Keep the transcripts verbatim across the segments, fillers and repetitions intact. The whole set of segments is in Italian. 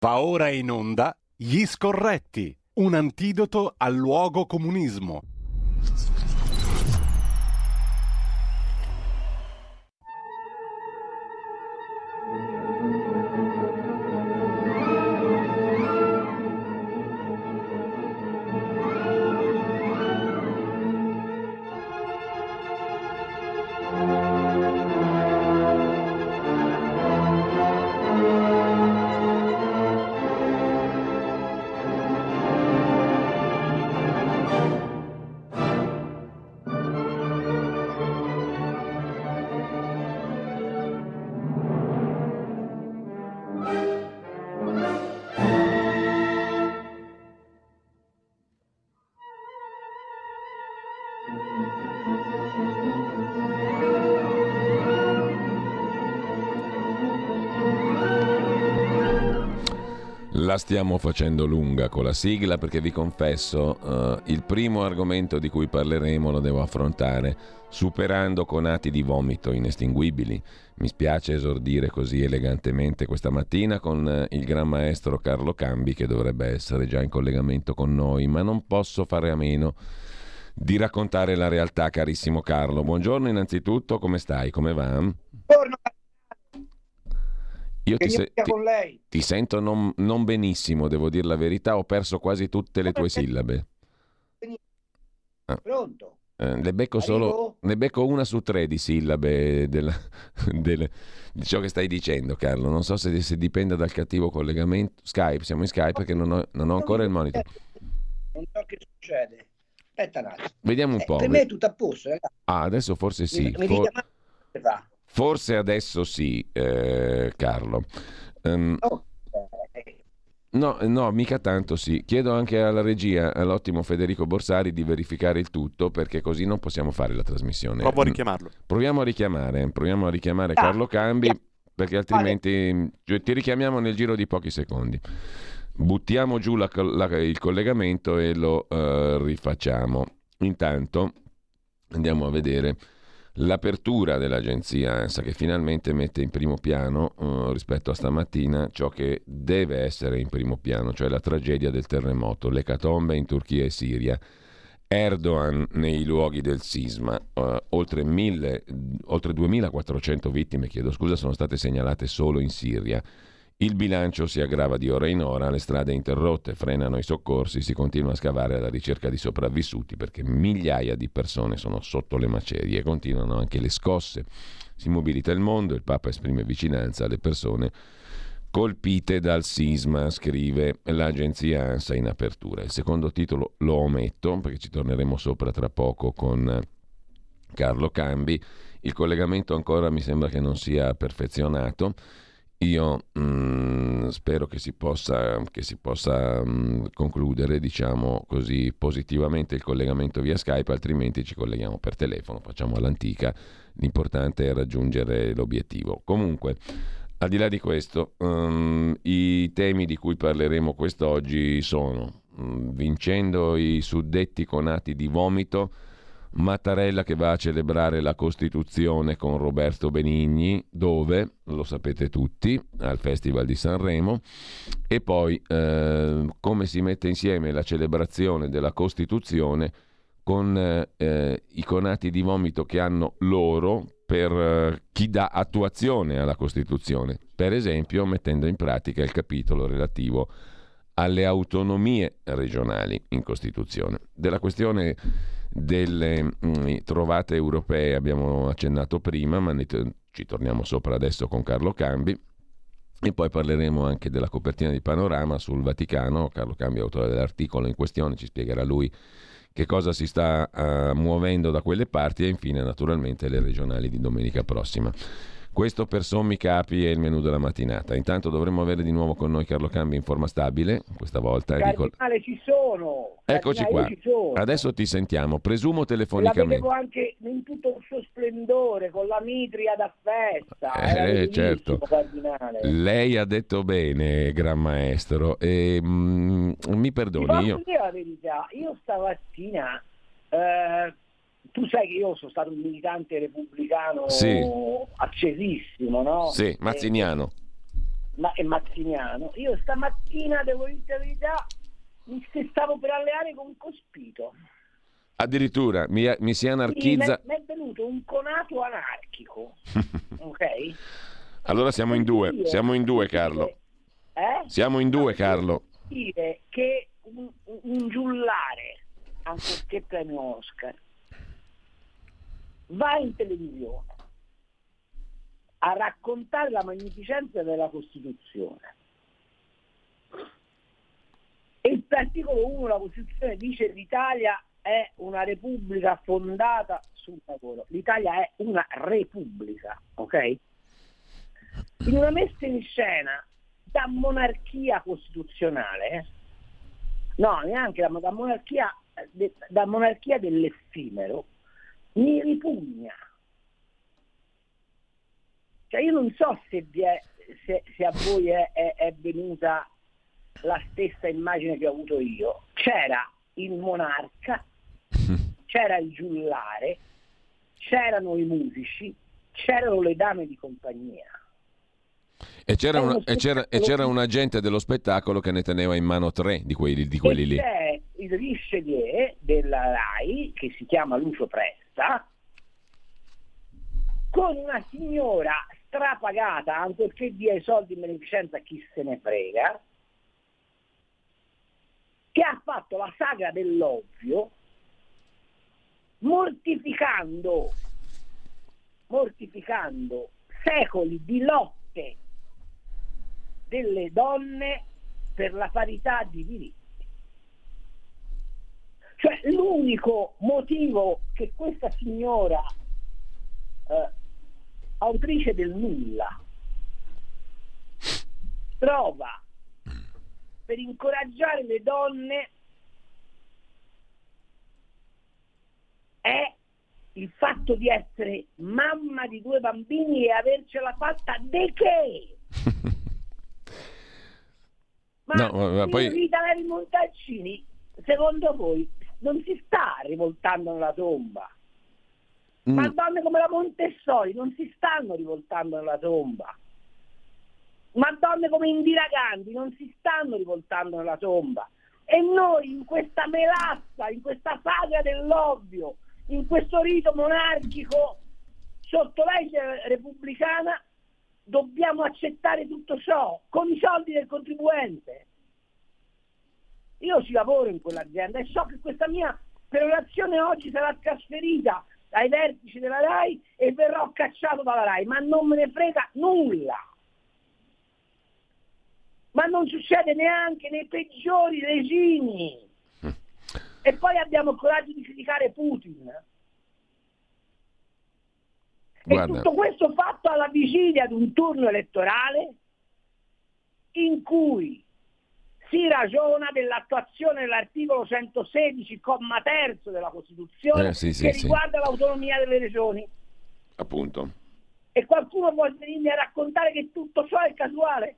Va ora in onda Gli Scorretti, un antidoto al luogo comunismo. La stiamo facendo lunga con la sigla perché vi confesso, uh, il primo argomento di cui parleremo lo devo affrontare superando conati di vomito inestinguibili. Mi spiace esordire così elegantemente questa mattina con uh, il gran maestro Carlo Cambi, che dovrebbe essere già in collegamento con noi, ma non posso fare a meno di raccontare la realtà, carissimo Carlo. Buongiorno innanzitutto, come stai? Come va? Buongiorno. Io ti, se- ti, con lei. ti sento non, non benissimo, devo dire la verità, ho perso quasi tutte le tue sillabe. Ah. Pronto? Eh, le becco solo, ne becco una su tre di sillabe del, del, di ciò che stai dicendo, Carlo. Non so se, se dipende dal cattivo collegamento. Skype, siamo in Skype perché non ho, non ho ancora il monitor. Non so che succede. Aspetta un attimo. Vediamo un Eh, po'. per me è tutto a posto, ragazzi. Ah, adesso forse sì. Mi, mi For- va. Forse adesso sì, eh, Carlo. Um, oh. No, no, mica tanto sì. Chiedo anche alla regia, all'ottimo Federico Borsari, di verificare il tutto, perché così non possiamo fare la trasmissione. Provo a richiamarlo. Proviamo a richiamare, proviamo a richiamare Ah, Carlo Cambi, yeah. perché altrimenti cioè, ti richiamiamo nel giro di pochi secondi. Buttiamo giù la, la, il collegamento e lo uh, rifacciamo. Intanto andiamo a vedere l'apertura dell'agenzia ANSA, che finalmente mette in primo piano uh, rispetto a stamattina ciò che deve essere in primo piano, cioè la tragedia del terremoto, l'ecatombe in Turchia e Siria, Erdogan nei luoghi del sisma, uh, oltre, mille, oltre duemilaquattrocento vittime, chiedo scusa, sono state segnalate solo in Siria. Il bilancio si aggrava di ora in ora, le strade interrotte, frenano i soccorsi, si continua a scavare alla ricerca di sopravvissuti perché migliaia di persone sono sotto le macerie e continuano anche le scosse. Si mobilita il mondo, il Papa esprime vicinanza alle persone colpite dal sisma, scrive l'agenzia ANSA in apertura. Il secondo titolo lo ometto perché ci torneremo sopra tra poco con Carlo Cambi. Il collegamento ancora mi sembra che non sia perfezionato. Io mh, spero che si possa, che si possa mh, concludere, diciamo così, positivamente il collegamento via Skype, altrimenti ci colleghiamo per telefono, facciamo all'antica, l'importante è raggiungere l'obiettivo. Comunque, al di là di questo, um, i temi di cui parleremo quest'oggi sono um, vincendo i suddetti conati di vomito, Mattarella che va a celebrare la Costituzione con Roberto Benigni, dove, lo sapete tutti, al Festival di Sanremo, e poi eh, come si mette insieme la celebrazione della Costituzione con eh, i conati di vomito che hanno loro per eh, chi dà attuazione alla Costituzione, per esempio mettendo in pratica il capitolo relativo alle autonomie regionali in Costituzione. Della questione delle mh, trovate europee abbiamo accennato prima, ma ne t- ci torniamo sopra adesso con Carlo Cambi, e poi parleremo anche della copertina di Panorama sul Vaticano. Carlo Cambi, autore dell'articolo in questione, ci spiegherà lui che cosa si sta uh, muovendo da quelle parti, e infine naturalmente le regionali di domenica prossima. Questo per sommi capi è il menù della mattinata. Intanto dovremmo avere di nuovo con noi Carlo Cambi in forma stabile, questa volta. Cardinale, dico... ci sono! Eccoci Cardinale, qua, ci sono. Adesso ti sentiamo, presumo telefonicamente. La vedevo anche in tutto il suo splendore, con la mitria da festa. Eh, certo. Cardinale. Lei ha detto bene, Gran Maestro, e, mm, mi perdoni. Ti posso io... dire la verità, io stamattina... Eh, tu sai che io sono stato un militante repubblicano sì. accesissimo, no? Sì, mazziniano. ma è Mazziniano. Io stamattina, devo dire la verità, mi stavo per alleare con Cospito. Addirittura mi, mi si anarchizza. Mi è venuto un conato anarchico, ok? Allora siamo in due, dire, siamo in due Carlo. Eh? Siamo in due Carlo. Dire che un, un giullare, ancorché premio Oscar, va in televisione a raccontare la magnificenza della Costituzione. E l'articolo uno della Costituzione dice che l'Italia è una repubblica fondata sul lavoro. L'Italia è una repubblica, ok? In una messa in scena da monarchia costituzionale, eh? no, neanche da, da monarchia de, da monarchia dell'effimero, mi ripugna. Cioè io non so se, vi è, se, se a voi è, è, è venuta la stessa immagine che ho avuto io. C'era il monarca, c'era il giullare, c'erano i musici, c'erano le dame di compagnia. E c'era, una, e, c'era, e c'era un agente dello spettacolo che ne teneva in mano tre di quelli, di quelli e lì. C'è il richelieu della RAI, che si chiama Lucio Presta, con una signora strapagata, ancorché dia i soldi in beneficenza a chi se ne frega, che ha fatto la saga dell'ovvio, mortificando, mortificando secoli di lotte delle donne per la parità di diritti. Cioè l'unico motivo che questa signora, eh, autrice del nulla, trova per incoraggiare le donne è il fatto di essere mamma di due bambini e avercela fatta de che? Ma no, ma poi... Rita Levi Montalcini, secondo voi, non si sta rivoltando nella tomba? Mm. Ma donne come la Montessori non si stanno rivoltando nella tomba? Ma donne come Indira Gandhi non si stanno rivoltando nella tomba? E noi in questa melassa, in questa saga dell'ovvio, in questo rito monarchico sotto legge repubblicana, dobbiamo accettare tutto ciò con i soldi del contribuente. Io ci lavoro in quell'azienda e so che questa mia perorazione oggi sarà trasferita ai vertici della RAI e verrò cacciato dalla RAI, ma non me ne frega nulla. Ma non succede neanche nei peggiori regimi. E poi abbiamo il coraggio di criticare Putin. Guarda. E tutto questo fatto alla vigilia di un turno elettorale in cui si ragiona dell'attuazione dell'articolo centosedici, comma terzo della Costituzione, eh, sì, sì, che sì. riguarda l'autonomia delle regioni. Appunto. E qualcuno vuole venirmi a raccontare che tutto ciò è casuale?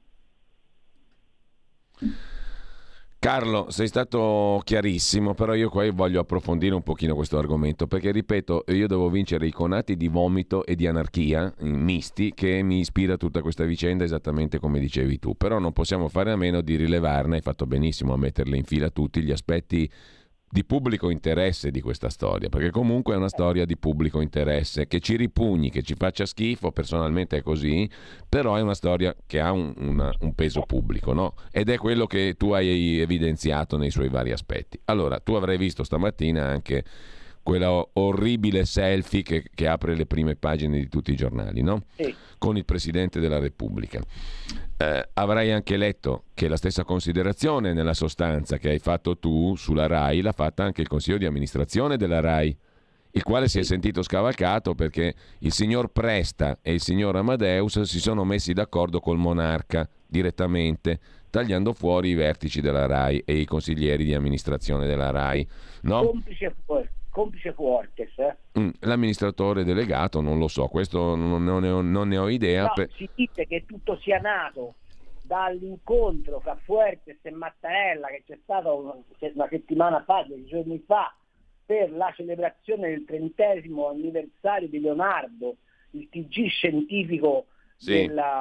Carlo, sei stato chiarissimo, però io qua voglio approfondire un pochino questo argomento, perché ripeto, io devo vincere i conati di vomito e di anarchia misti che mi ispira tutta questa vicenda, esattamente come dicevi tu, però non possiamo fare a meno di rilevarne, hai fatto benissimo a metterle in fila tutti gli aspetti di pubblico interesse di questa storia, perché comunque è una storia di pubblico interesse, che ci ripugni, che ci faccia schifo, personalmente è così, però è una storia che ha un, una, un peso pubblico, no? Ed è quello che tu hai evidenziato nei suoi vari aspetti. Allora, tu avrai visto stamattina anche quella orribile selfie che, che apre le prime pagine di tutti i giornali, no? Sì. Con il Presidente della Repubblica. Eh, avrai anche letto che la stessa considerazione nella sostanza che hai fatto tu sulla RAI l'ha fatta anche il Consiglio di amministrazione della RAI, il quale si è sentito scavalcato perché il signor Presta e il signor Amadeus si sono messi d'accordo col monarca direttamente, tagliando fuori i vertici della RAI e i consiglieri di amministrazione della RAI, no? Complice fuori. Complice Fuortes, eh? Mm, l'amministratore delegato non lo so, questo non, non, ne, ho, non ne ho idea. No, per... si dice che tutto sia nato dall'incontro fra Fuertes e Mattarella che c'è stato una, una settimana fa, dieci giorni fa, per la celebrazione del trentesimo anniversario di Leonardo, il T G scientifico sì. della,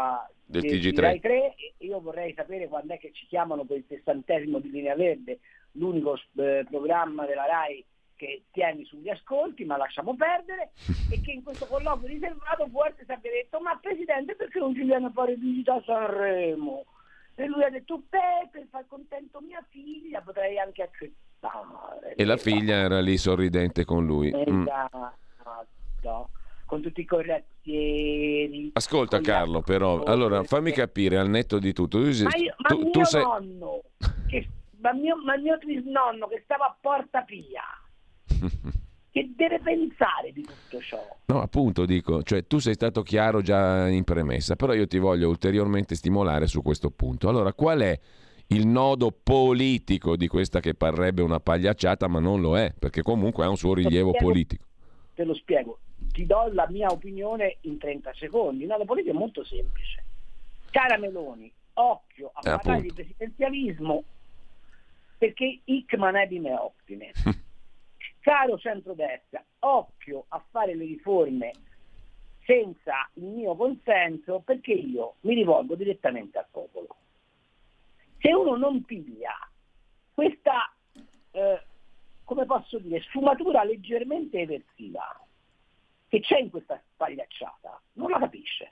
del T G tre. tre. Io vorrei sapere quando è che ci chiamano per il sessantesimo di Linea Verde, l'unico eh, programma della RAI che tieni sugli ascolti, ma lasciamo perdere, e che in questo colloquio riservato forse si abbia detto: ma Presidente, perché non ci viene a fare visita a Sanremo? E lui ha detto: beh, per far contento mia figlia potrei anche accettare. E la figlia era lì sorridente con lui. Esatto, mm. Con tutti i correttieri. Ascolta Carlo, però, allora fammi capire al netto di tutto. Tu, ma io, ma tu, mio tu sei... nonno, che, ma mio, ma mio trisnonno che stava a Porta Pia, che deve pensare di tutto ciò? No, appunto dico, cioè tu sei stato chiaro già in premessa, però io ti voglio ulteriormente stimolare su questo punto. Allora, qual è il nodo politico di questa che parrebbe una pagliacciata, ma non lo è, perché comunque ha un suo rilievo te lo spiego, politico? Te lo spiego, ti do la mia opinione in trenta secondi. Il nodo politico è molto semplice. Cara Meloni, occhio a eh, parlare di presidenzialismo, perché hic manebime optime. Caro centrodestra, occhio a fare le riforme senza il mio consenso, perché io mi rivolgo direttamente al popolo. Se uno non piglia questa, eh, come posso dire, sfumatura leggermente eversiva che c'è in questa pagliacciata, non la capisce.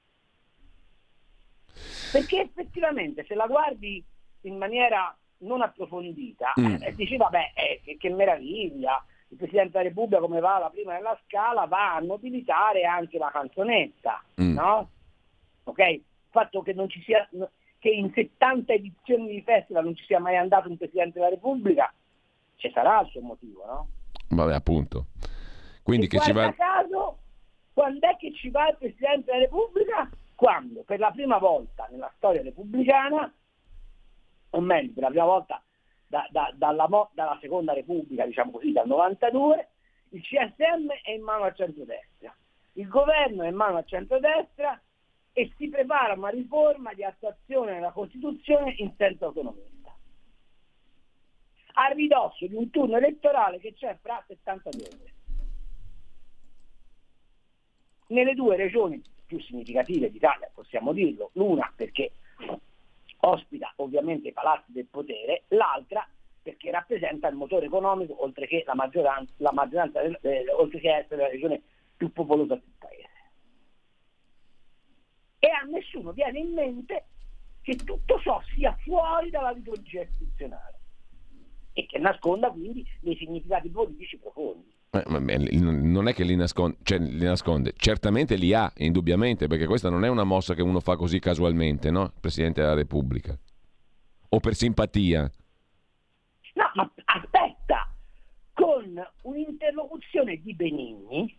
Perché effettivamente se la guardi in maniera non approfondita, mm. eh, dici vabbè, eh, che, che meraviglia, il Presidente della Repubblica come va alla prima della scala va a nobilitare anche la canzonetta, mm. no? Ok? Il fatto che non ci sia, che in settanta edizioni di festival non ci sia mai andato un Presidente della Repubblica, ci sarà il suo motivo, no? Vabbè, appunto. Quindi e che ci va... caso, quando è che ci va il Presidente della Repubblica? Quando per la prima volta nella storia repubblicana, o meglio, per la prima volta da, da, dalla, dalla seconda Repubblica, diciamo così, dal novantadue, il C S M è in mano al centrodestra, il governo è in mano al centrodestra e si prepara una riforma di attuazione della Costituzione in senso autonomista, a ridosso di un turno elettorale che c'è fra settantadue ore. Nelle due regioni più significative d'Italia, possiamo dirlo, l'una perché ospita ovviamente i palazzi del potere, l'altra perché rappresenta il motore economico, oltre che la maggioranza, la maggioranza eh, oltre che essere la regione più popolosa del paese. E a nessuno viene in mente che tutto ciò sia fuori dalla liturgia istituzionale e che nasconda quindi dei significati politici profondi. Non è che li nasconde, cioè li nasconde, certamente li ha, indubbiamente, perché questa non è una mossa che uno fa così casualmente, no? Il Presidente della Repubblica. O per simpatia. No, ma aspetta, con un'interlocuzione di Benigni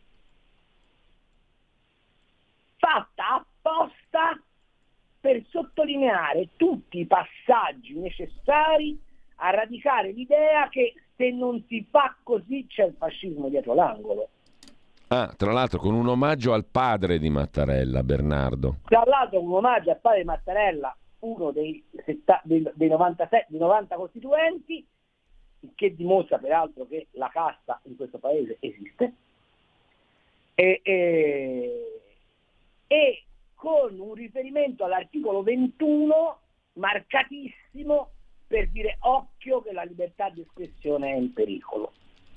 fatta apposta per sottolineare tutti i passaggi necessari a radicare l'idea che se non si fa così c'è il fascismo dietro l'angolo. Ah, tra l'altro con un omaggio al padre di Mattarella, Bernardo. Tra l'altro con un omaggio al padre di Mattarella, uno dei, setta, dei, dei, novantasette, dei novanta costituenti, che dimostra peraltro che la casta in questo paese esiste, e, e, e con un riferimento all'articolo ventuno marcatissimo per dire occhio che la libertà di espressione è in pericolo.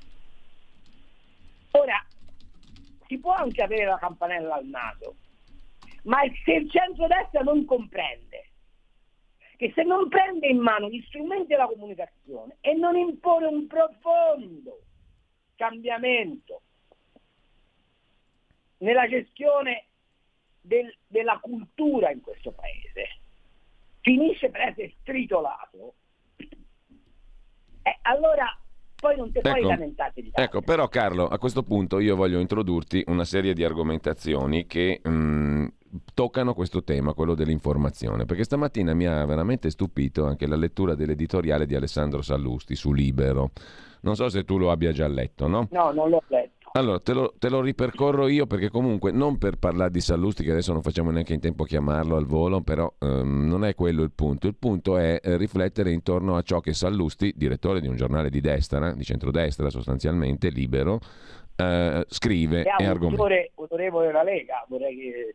Ora, si può anche avere la campanella al naso, ma se il centrodestra non comprende che se non prende in mano gli strumenti della comunicazione e non impone un profondo cambiamento nella gestione del, della cultura in questo paese, finisce per essere stritolato, eh, allora poi non ti puoi ecco, lamentare di tanto. Ecco, però Carlo, a questo punto io voglio introdurti una serie di argomentazioni che mh, toccano questo tema, quello dell'informazione, perché stamattina mi ha veramente stupito anche la lettura dell'editoriale di Alessandro Sallusti su Libero. Non so se tu lo abbia già letto, no? No, non l'ho letto. Allora, te lo, te lo ripercorro io perché comunque non per parlare di Sallusti, che adesso non facciamo neanche in tempo a chiamarlo al volo, però ehm, non è quello il punto. Il punto è eh, riflettere intorno a ciò che Sallusti, direttore di un giornale di destra, di centrodestra sostanzialmente, Libero, eh, scrive e e argomenta. È un autorevole della Lega, vorrei che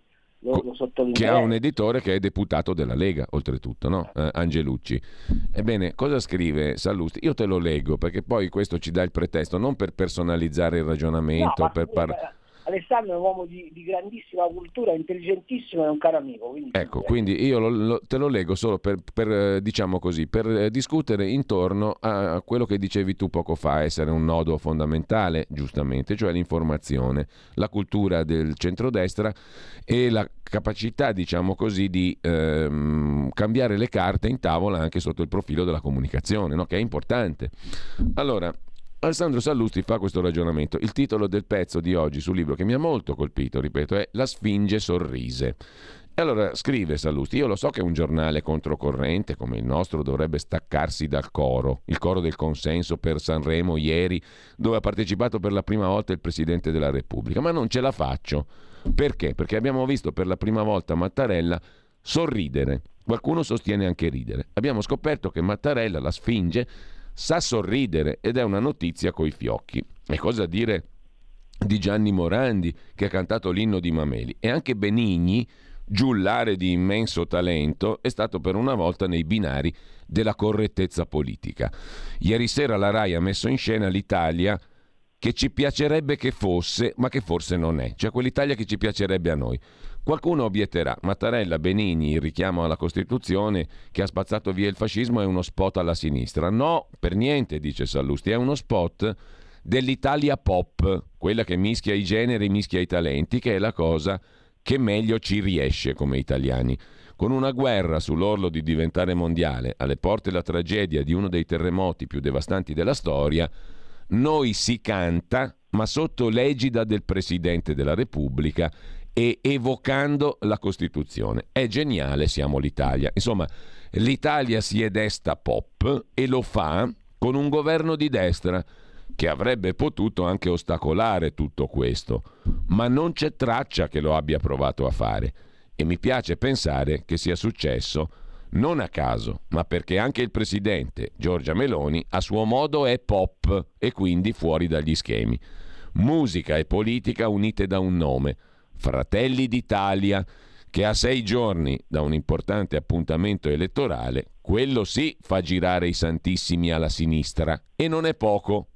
lo, lo sottolineo. Che ha un editore che è deputato della Lega, oltretutto, no? Eh, Angelucci. Ebbene, cosa scrive Sallusti? Io te lo leggo, perché poi questo ci dà il pretesto, non per personalizzare il ragionamento, no, per parlare... Alessandro è un uomo di, di grandissima cultura, intelligentissimo e un caro amico. Quindi ecco, quindi io lo, lo, te lo leggo solo per, per diciamo così, per eh, discutere intorno a quello che dicevi tu poco fa, essere un nodo fondamentale, giustamente, cioè l'informazione, la cultura del centrodestra e la capacità, diciamo così, di ehm, cambiare le carte in tavola anche sotto il profilo della comunicazione, no? Che è importante. Allora, Alessandro Sallusti fa questo ragionamento. Il titolo del pezzo di oggi sul libro, che mi ha molto colpito, ripeto, è La Sfinge sorrise. E allora scrive Sallusti: io lo so che un giornale controcorrente come il nostro dovrebbe staccarsi dal coro, il coro del consenso per Sanremo ieri, dove ha partecipato per la prima volta il Presidente della Repubblica, ma non ce la faccio. Perché? Perché abbiamo visto per la prima volta Mattarella sorridere. Qualcuno sostiene anche ridere. Abbiamo scoperto che Mattarella, la Sfinge, sa sorridere ed è una notizia coi fiocchi. E cosa dire di Gianni Morandi, che ha cantato l'inno di Mameli? E anche Benigni, giullare di immenso talento, è stato per una volta nei binari della correttezza politica. Ieri sera la Rai ha messo in scena l'Italia che ci piacerebbe che fosse, ma che forse non è, cioè quell'Italia che ci piacerebbe a noi. Qualcuno obietterà: Mattarella, Benigni, il richiamo alla Costituzione che ha spazzato via il fascismo è uno spot alla sinistra. No, per niente, dice Sallusti, è uno spot dell'Italia pop, quella che mischia i generi, mischia i talenti, che è la cosa che meglio ci riesce come italiani. Con una guerra sull'orlo di diventare mondiale, alle porte la tragedia di uno dei terremoti più devastanti della storia, noi si canta, ma sotto l'egida del Presidente della Repubblica e evocando la Costituzione. È geniale, siamo l'Italia. Insomma, l'Italia si è destra pop e lo fa con un governo di destra che avrebbe potuto anche ostacolare tutto questo, ma non c'è traccia che lo abbia provato a fare. E mi piace pensare che sia successo non a caso, ma perché anche il presidente Giorgia Meloni a suo modo è pop e quindi fuori dagli schemi. Musica e politica unite da un nome: Fratelli d'Italia, che a sei giorni da un importante appuntamento elettorale, quello sì fa girare i santissimi alla sinistra, e non è poco.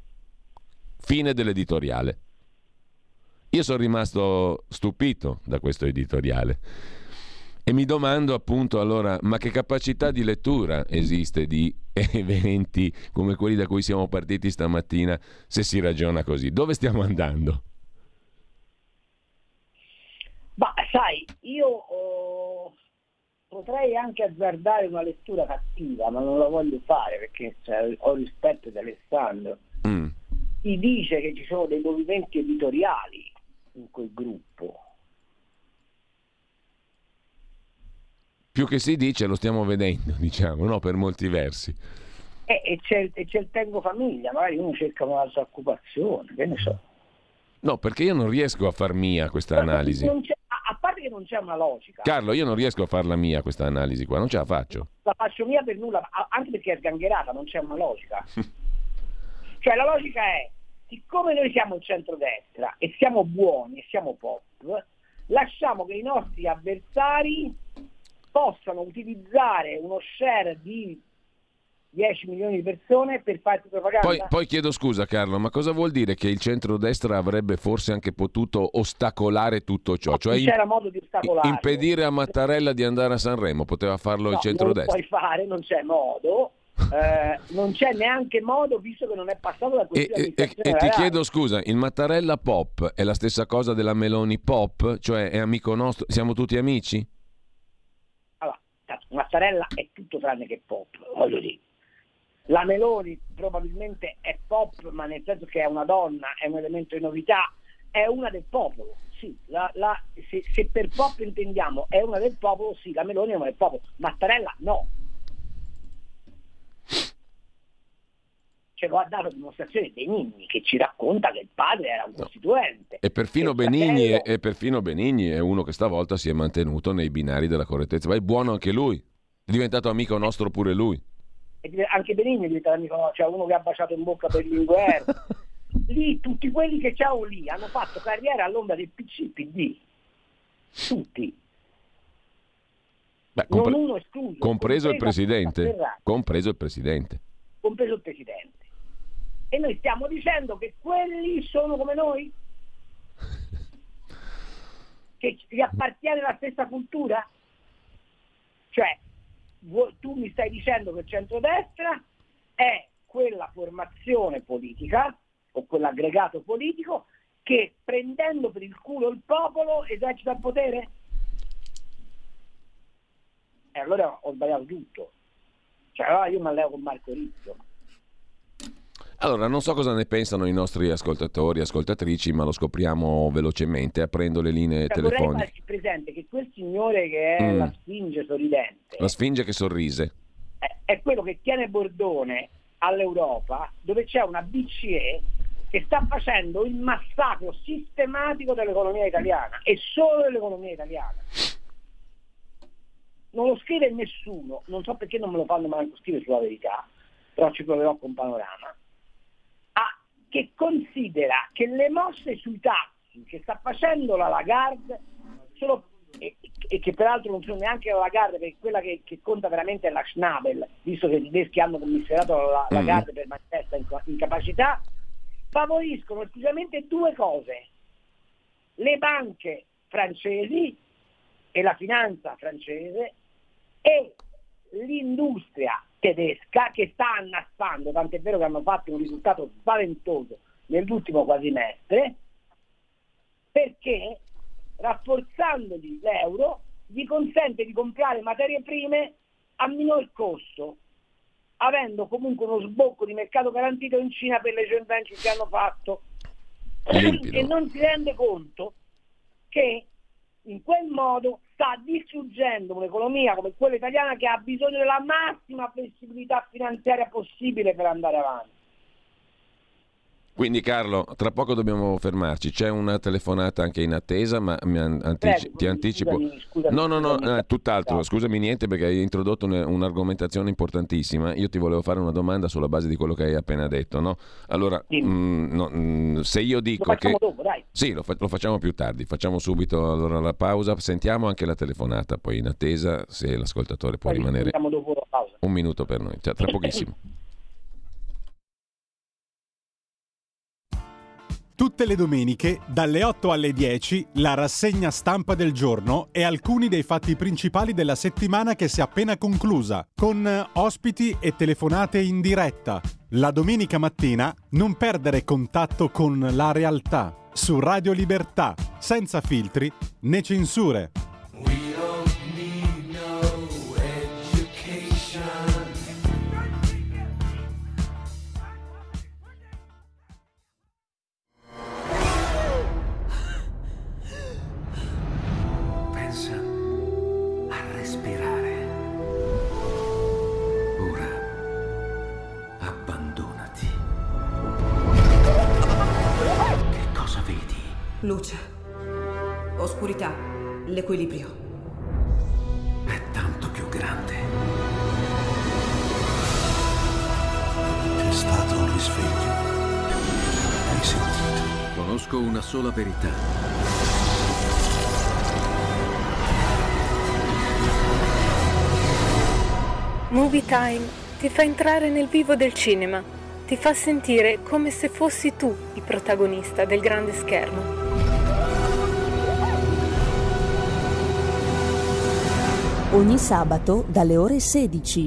Fine dell'editoriale. Io sono rimasto stupito da questo editoriale e mi domando appunto allora, ma che capacità di lettura esiste di eventi come quelli da cui siamo partiti stamattina, se si ragiona così? Dove stiamo andando? Ma sai, io oh, potrei anche azzardare una lettura cattiva, ma non la voglio fare perché cioè, ho rispetto di Alessandro. Mm. Si dice che ci sono dei movimenti editoriali in quel gruppo. Più che si dice, lo stiamo vedendo, diciamo, no? Per molti versi. E, e, c'è, e c'è il tengo famiglia, magari uno cerca un'altra occupazione, che ne so. No, perché io non riesco a far mia questa analisi. Non c'è, a, a parte che non c'è una logica. Carlo, io non riesco a farla mia questa analisi qua, non ce la faccio. La faccio mia per nulla, anche perché è sgangherata, non c'è una logica. Cioè la logica è, siccome noi siamo il centrodestra e siamo buoni e siamo pop, lasciamo che i nostri avversari possano utilizzare uno share di dieci milioni di persone per fare propaganda. Poi, poi chiedo scusa Carlo, ma cosa vuol dire che il centrodestra avrebbe forse anche potuto ostacolare tutto ciò? No, cioè c'era modo di ostacolare. Impedire a Mattarella di andare a Sanremo, poteva farlo no, il centrodestra. Non puoi fare, non c'è modo. Eh, non c'è neanche modo, visto che non è passato da questa e, e, e ti chiedo scusa, il Mattarella pop è la stessa cosa della Meloni pop? Cioè è amico nostro, siamo tutti amici? Allora, Mattarella è tutto tranne che pop, voglio dire. La Meloni probabilmente è pop, ma nel senso che è una donna, è un elemento di novità, è una del popolo, sì. La, la, se, se per pop intendiamo è una del popolo, sì, la Meloni è una del popolo. Mattarella no. Ce lo ha dato dimostrazione Benigni, che ci racconta che il padre era un costituente. E perfino Benigni, fratello... e perfino Benigni è uno che stavolta si è mantenuto nei binari della correttezza. Ma è buono anche lui, è diventato amico nostro pure lui. E anche Benigni è diventato amico, cioè uno che ha baciato in bocca per Linguer. Lì tutti quelli che c'erano lì hanno fatto carriera all'ombra del P C P D. tutti. Beh, compre- non uno escluso. Compreso il Presidente. Compreso il Presidente. Compreso il Presidente. E noi stiamo dicendo che quelli sono come noi? Che gli appartiene la stessa cultura? Cioè, tu mi stai dicendo che il centrodestra è quella formazione politica o quell'aggregato politico che prendendo per il culo il popolo esercita il potere? E allora ho sbagliato tutto. Cioè allora io mi alleo con Marco Rizzo. Allora, non so cosa ne pensano i nostri ascoltatori e ascoltatrici, ma lo scopriamo velocemente aprendo le linee cioè, telefoniche. Vorrei farci presente che quel signore che è mm. la Sfinge sorridente, la Sfinge che sorrise, è, è quello che tiene bordone all'Europa, dove c'è una B C E che sta facendo il massacro sistematico dell'economia italiana e solo dell'economia italiana. Non lo scrive nessuno, non so perché non me lo fanno manco scrivere sulla Verità, però ci proverò con Panorama, ah, che considera che le mosse sui tassi che sta facendo la Lagarde sono, e, e che peraltro non sono neanche la Lagarde, perché quella che, che conta veramente è la Schnabel, visto che i tedeschi hanno commissariato la Lagarde mm. per manifesta incapacità, favoriscono esclusivamente due cose: le banche francesi e la finanza francese e l'industria tedesca, che sta annaspando, tant'è vero che hanno fatto un risultato spaventoso nell'ultimo quadrimestre, perché rafforzandogli l'euro gli consente di comprare materie prime a minor costo, avendo comunque uno sbocco di mercato garantito in Cina per le joint venture che hanno fatto. E non si rende conto che in quel modo sta distruggendo un'economia come quella italiana, che ha bisogno della massima flessibilità finanziaria possibile per andare avanti. Quindi Carlo, tra poco dobbiamo fermarci, c'è una telefonata anche in attesa, ma mi antici- Prego, ti anticipo... Scusami, scusami, no, no, no, scusami, eh, tutt'altro, no. scusami niente perché hai introdotto un, un'argomentazione importantissima. Io ti volevo fare una domanda sulla base di quello che hai appena detto, no? Allora, mh, no, mh, se io dico lo facciamo che... dopo, dai. Sì, lo, fa- lo facciamo più tardi, facciamo subito allora la pausa, sentiamo anche la telefonata, poi in attesa se l'ascoltatore può poi rimanere dopo la pausa. Un minuto per noi, cioè tra pochissimo. Tutte le domeniche, dalle otto alle dieci, la rassegna stampa del giorno e alcuni dei fatti principali della settimana che si è appena conclusa, con ospiti e telefonate in diretta. La domenica mattina non perdere contatto con la realtà, su Radio Libertà, senza filtri né censure. Luce, oscurità, l'equilibrio. È tanto più grande. C'è stato un risveglio. Hai sentito? Conosco una sola verità. Movie Time ti fa entrare nel vivo del cinema, ti fa sentire come se fossi tu il protagonista del grande schermo. Ogni sabato dalle ore sedici.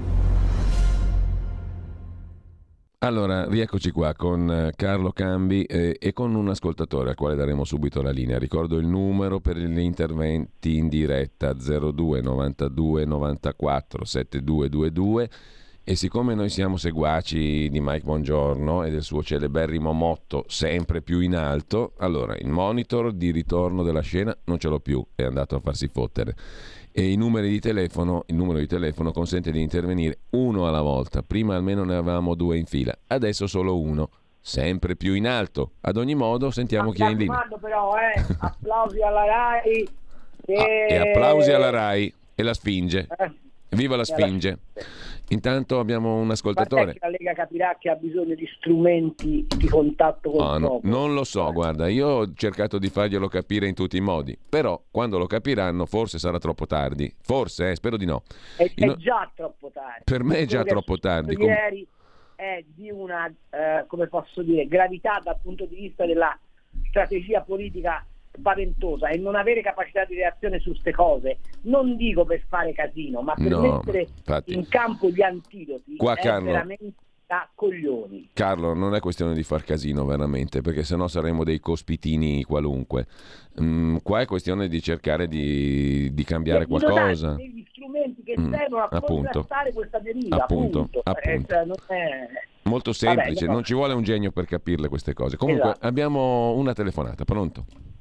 Allora, rieccoci qua con Carlo Cambi eh, e con un ascoltatore al quale daremo subito la linea. Ricordo il numero per gli interventi in diretta: zero due novantadue novantaquattro settantadue ventidue. E siccome noi siamo seguaci di Mike Bongiorno e del suo celeberrimo motto sempre più in alto, allora il monitor di ritorno della scena non ce l'ho più, è andato a farsi fottere. E i numeri di telefono, il numero di telefono consente di intervenire uno alla volta. Prima almeno ne avevamo due in fila, adesso solo uno, sempre più in alto. Ad ogni modo sentiamo chi è in linea. Però, eh, applausi alla Rai. E... Ah, e applausi alla Rai e la Sfinge. Eh. Viva la Sfinge. Intanto abbiamo un ascoltatore. Che la Lega capirà che ha bisogno di strumenti di contatto con Ah, il no, popolo. non lo so, guarda, io ho cercato di farglielo capire in tutti i modi, però quando lo capiranno forse sarà troppo tardi, forse, eh, spero di no. È, In- è già troppo tardi. Per me è già Quello che troppo successo tardi. Com- Ieri è di una, eh, come posso dire, gravità dal punto di vista della strategia politica spaventosa, e non avere capacità di reazione su ste cose, non dico per fare casino, ma per No, mettere infatti. in campo gli antidoti, Qua, è Carlo, veramente da coglioni. Carlo, non è questione di far casino veramente, perché sennò saremmo dei cospitini qualunque. Mm, qua è questione di cercare di, di cambiare E di qualcosa. dotarsi degli strumenti che Mm, servono a appunto. contrastare questa deriva, Appunto, appunto. appunto. Eh, non è... Molto semplice, Vabbè, no. non ci vuole un genio per capirle queste cose. Comunque Esatto. abbiamo una telefonata, pronto?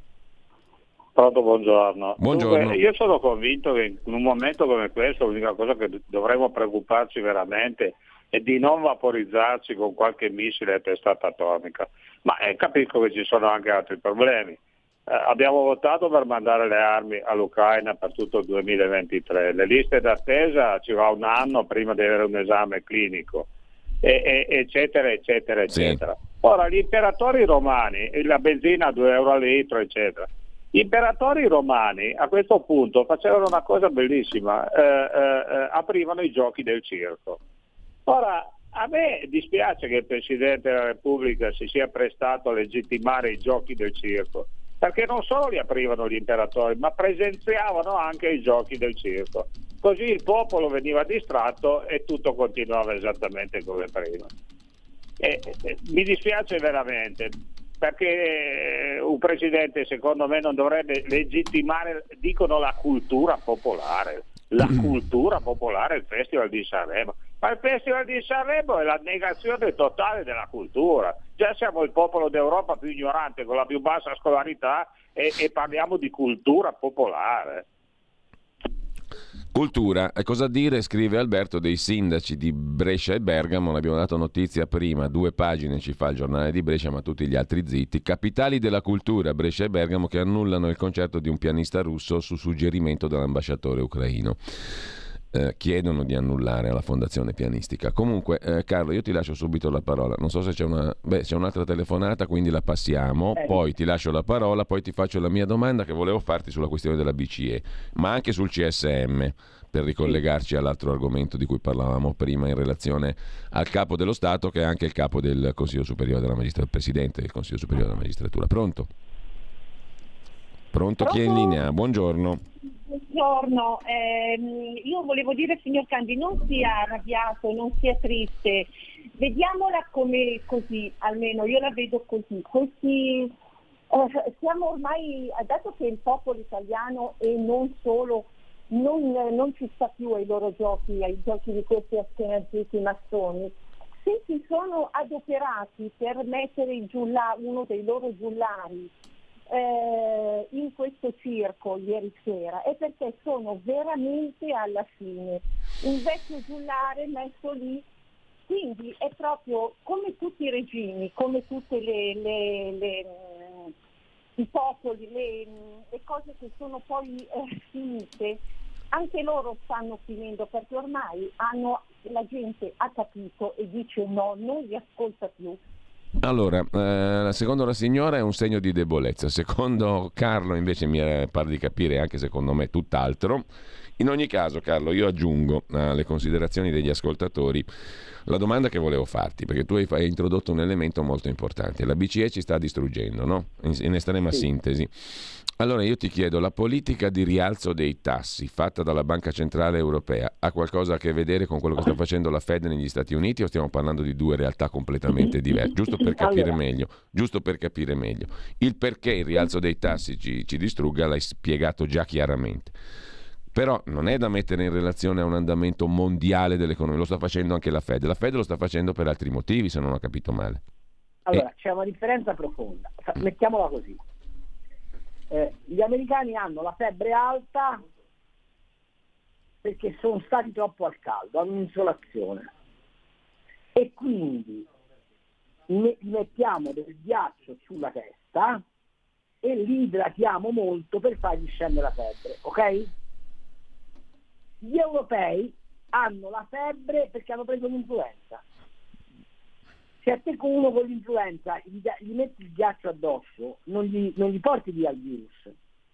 Pronto, buongiorno. Buongiorno. Dunque, io sono convinto che in un momento come questo l'unica cosa che dovremmo preoccuparci veramente è di non vaporizzarci con qualche missile a testata atomica. Ma eh, capisco che ci sono anche altri problemi. Eh, abbiamo votato per mandare le armi all'Ucraina per tutto il duemilaventitré. Le liste d'attesa ci va un anno prima di avere un esame clinico, e, e, eccetera, eccetera, Sì. eccetera. Ora, gli imperatori romani, la benzina a due euro al litro, eccetera. Gli imperatori romani a questo punto facevano una cosa bellissima, eh, eh, aprivano i giochi del circo. Ora, a me dispiace che il Presidente della Repubblica si sia prestato a legittimare i giochi del circo, perché non solo li aprivano gli imperatori, ma presenziavano anche i giochi del circo. Così il popolo veniva distratto e tutto continuava esattamente come prima. E, e, mi dispiace veramente, perché un presidente secondo me non dovrebbe legittimare, dicono, la cultura popolare. La cultura popolare, il Festival di Sanremo. Ma il Festival di Sanremo è la negazione totale della cultura. Già siamo il popolo d'Europa più ignorante, con la più bassa scolarità, e, e parliamo di cultura popolare. Cultura, e cosa dire, scrive Alberto, dei sindaci di Brescia e Bergamo, ne abbiamo dato notizia prima, due pagine ci fa il giornale di Brescia, ma tutti gli altri zitti, capitali della cultura, Brescia e Bergamo, che annullano il concerto di un pianista russo su suggerimento dell'ambasciatore ucraino. Eh, chiedono di annullare alla fondazione pianistica. Comunque, eh, Carlo, io ti lascio subito la parola. Non so se c'è una. Beh, c'è un'altra telefonata, quindi la passiamo. Eh. Poi ti lascio la parola, poi ti faccio la mia domanda che volevo farti sulla questione della B C E, ma anche sul C S M, per ricollegarci all'altro argomento di cui parlavamo prima in relazione al capo dello Stato, che è anche il capo del Consiglio Superiore della Magistratura, il presidente del Consiglio Superiore della Magistratura. Pronto? Pronto? Chi è in linea? Buongiorno. Buongiorno, ehm, io volevo dire, signor Candi, non sia arrabbiato, non sia triste, vediamola come così, almeno io la vedo così. Questi, eh, siamo ormai, dato che il popolo italiano e non solo non, non ci sta più ai loro giochi, ai giochi di questi askenaziti massoni, se si sono adoperati per mettere il giulla, uno dei loro giullari Eh, in questo circo ieri sera, è perché sono veramente alla fine un vecchio giullare messo lì. Quindi è proprio come tutti i regimi, come tutte le, le, le i popoli, le, le cose che sono poi eh, finite, anche loro stanno finendo, perché ormai hanno, la gente ha capito e dice no, non li ascolta più. Allora, eh, secondo la signora è un segno di debolezza, secondo Carlo invece mi pare di capire, anche secondo me, tutt'altro. In ogni caso, Carlo, io aggiungo alle considerazioni degli ascoltatori la domanda che volevo farti, perché tu hai, hai introdotto un elemento molto importante. La B C E ci sta distruggendo, no? In, in estrema sì. sintesi. Allora io ti chiedo, la politica di rialzo dei tassi fatta dalla Banca Centrale Europea ha qualcosa a che vedere con quello che sta facendo la Fed negli Stati Uniti, o stiamo parlando di due realtà completamente diverse? Giusto per capire allora. meglio, giusto per capire meglio. Il perché il rialzo dei tassi ci, ci distrugga l'hai spiegato già chiaramente. Però non è da mettere in relazione a un andamento mondiale dell'economia, lo sta facendo anche la Fed. La Fed lo sta facendo per altri motivi, se non ho capito male. Allora, e... c'è una differenza profonda. Mettiamola così. Eh, gli americani hanno la febbre alta perché sono stati troppo al caldo, hanno un'insolazione. E quindi ne- mettiamo del ghiaccio sulla testa e li idratiamo molto per fargli scendere la febbre, ok? Gli europei hanno la febbre perché hanno preso l'influenza. Se a te con uno con l'influenza gli, gli metti il ghiaccio addosso, non gli, non gli porti via il virus.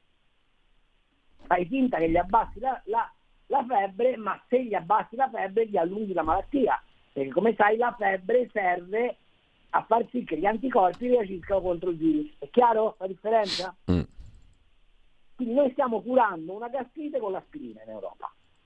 Fai finta che gli abbassi la, la, la febbre, ma se gli abbassi la febbre gli allunghi la malattia, perché come sai la febbre serve a far sì che gli anticorpi reagiscano contro il virus. È chiaro la differenza? Mm. Quindi noi stiamo curando una gastrite con l'aspirina in Europa.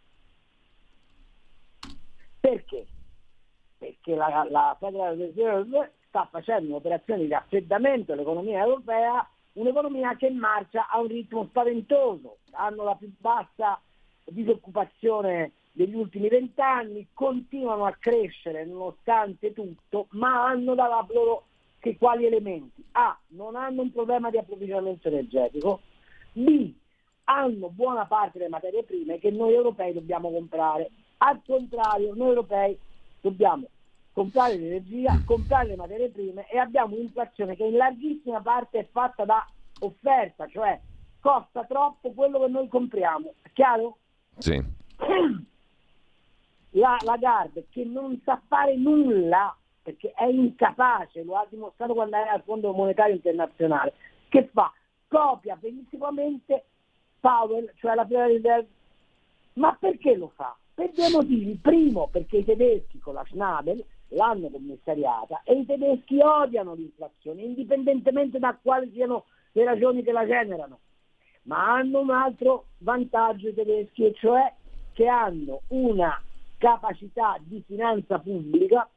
Perché? Perché la, la Federal Reserve sta facendo un'operazione di raffreddamento dell'economia europea, un'economia che marcia a un ritmo spaventoso. Hanno la più bassa disoccupazione degli ultimi vent'anni, continuano a crescere nonostante tutto, ma hanno dalla loro che quali elementi? A. Non hanno un problema di approvvigionamento energetico. B. Hanno buona parte delle materie prime che noi europei dobbiamo comprare. Al contrario, noi europei dobbiamo comprare l'energia, comprare le materie prime e abbiamo un'inflazione che in larghissima parte è fatta da offerta, cioè costa troppo quello che noi compriamo. È chiaro? Sì. La Lagarde, che non sa fare nulla perché è incapace, lo ha dimostrato quando era al Fondo Monetario Internazionale, che fa? Copia benissimamente Powell, cioè la Federal Reserve. Ma perché lo fa? Per due motivi. Primo, perché i tedeschi con la Schnabel l'hanno commissariata e i tedeschi odiano l'inflazione, indipendentemente da quali siano le ragioni che la generano. Ma hanno un altro vantaggio i tedeschi, e cioè che hanno una capacità di finanza pubblica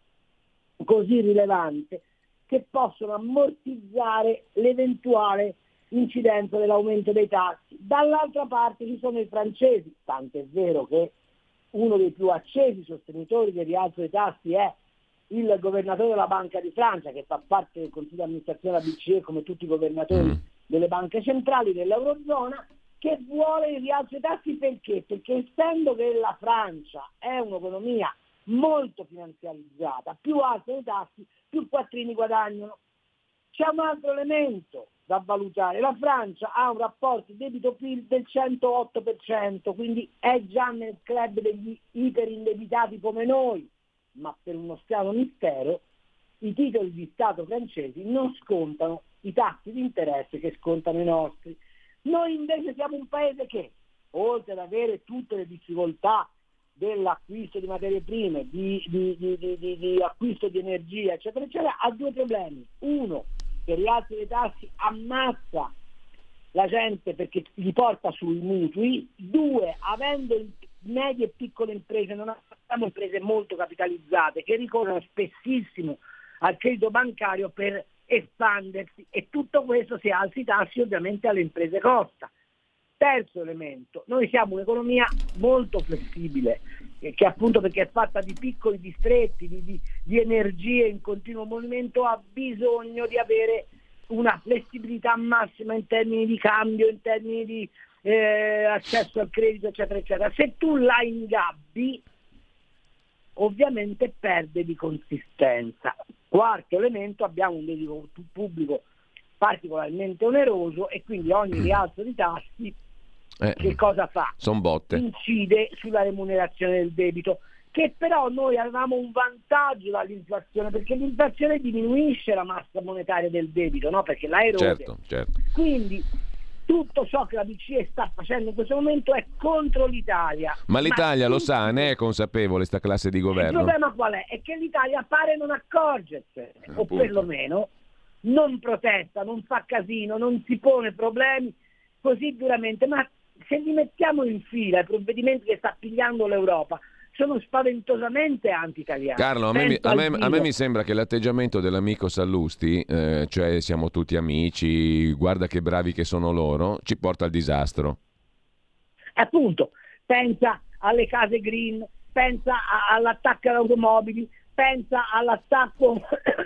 così rilevante che possono ammortizzare l'eventuale incidenza dell'aumento dei tassi. Dall'altra parte ci sono i francesi, tant'è vero che uno dei più accesi sostenitori del rialzo dei tassi è il governatore della Banca di Francia, che fa parte del Consiglio di amministrazione della B C E come tutti i governatori delle banche centrali dell'Eurozona, che vuole il rialzo dei tassi. Perché? Perché essendo che la Francia è un'economia molto finanziarizzata, più alzano i tassi, più quattrini guadagnano. C'è un altro elemento da valutare: la Francia ha un rapporto debito-P I L del centootto per cento, quindi è già nel club degli iperindebitati come noi, ma per uno strano mistero i titoli di Stato francesi non scontano i tassi di interesse che scontano i nostri. Noi invece siamo un paese che, oltre ad avere tutte le difficoltà dell'acquisto di materie prime, di, di, di, di, di, di acquisto di energia, eccetera, eccetera, ha due problemi. Uno, che il rialzo dei tassi ammazza la gente perché li porta sui mutui. Due, avendo medie e piccole imprese, non abbiamo imprese molto capitalizzate che ricorrono spessissimo al credito bancario per espandersi, e tutto questo, se alzi i tassi, ovviamente alle imprese costa. Terzo elemento, noi siamo un'economia molto flessibile, eh, che appunto perché è fatta di piccoli distretti, di, di, di energie in continuo movimento, ha bisogno di avere una flessibilità massima in termini di cambio, in termini di eh, accesso al credito, eccetera, eccetera. Se tu la ingabbi, ovviamente perde di consistenza. Quarto elemento, abbiamo un debito pubblico particolarmente oneroso e quindi ogni rialzo di tassi eh, che cosa fa? Son botte. Incide sulla remunerazione del debito, che però noi avevamo un vantaggio dall'inflazione, perché l'inflazione diminuisce la massa monetaria del debito, no? Perché la erode. Certo, certo. Quindi tutto ciò che la B C E sta facendo in questo momento è contro l'Italia. Ma l'Italia Ma lo sa, ne è consapevole sta classe di governo? Il problema qual è? È che l'Italia pare non accorgersene, o perlomeno non protesta, non fa casino, non si pone problemi così duramente. Ma se li mettiamo in fila i provvedimenti che sta pigliando l'Europa, sono spaventosamente anti-italiani. Carlo, a me, a, me, a me mi sembra che l'atteggiamento dell'amico Sallusti, eh, cioè siamo tutti amici, guarda che bravi che sono loro, ci porta al disastro. Appunto, pensa alle case green, pensa a, all'attacco alle automobili, pensa all'attacco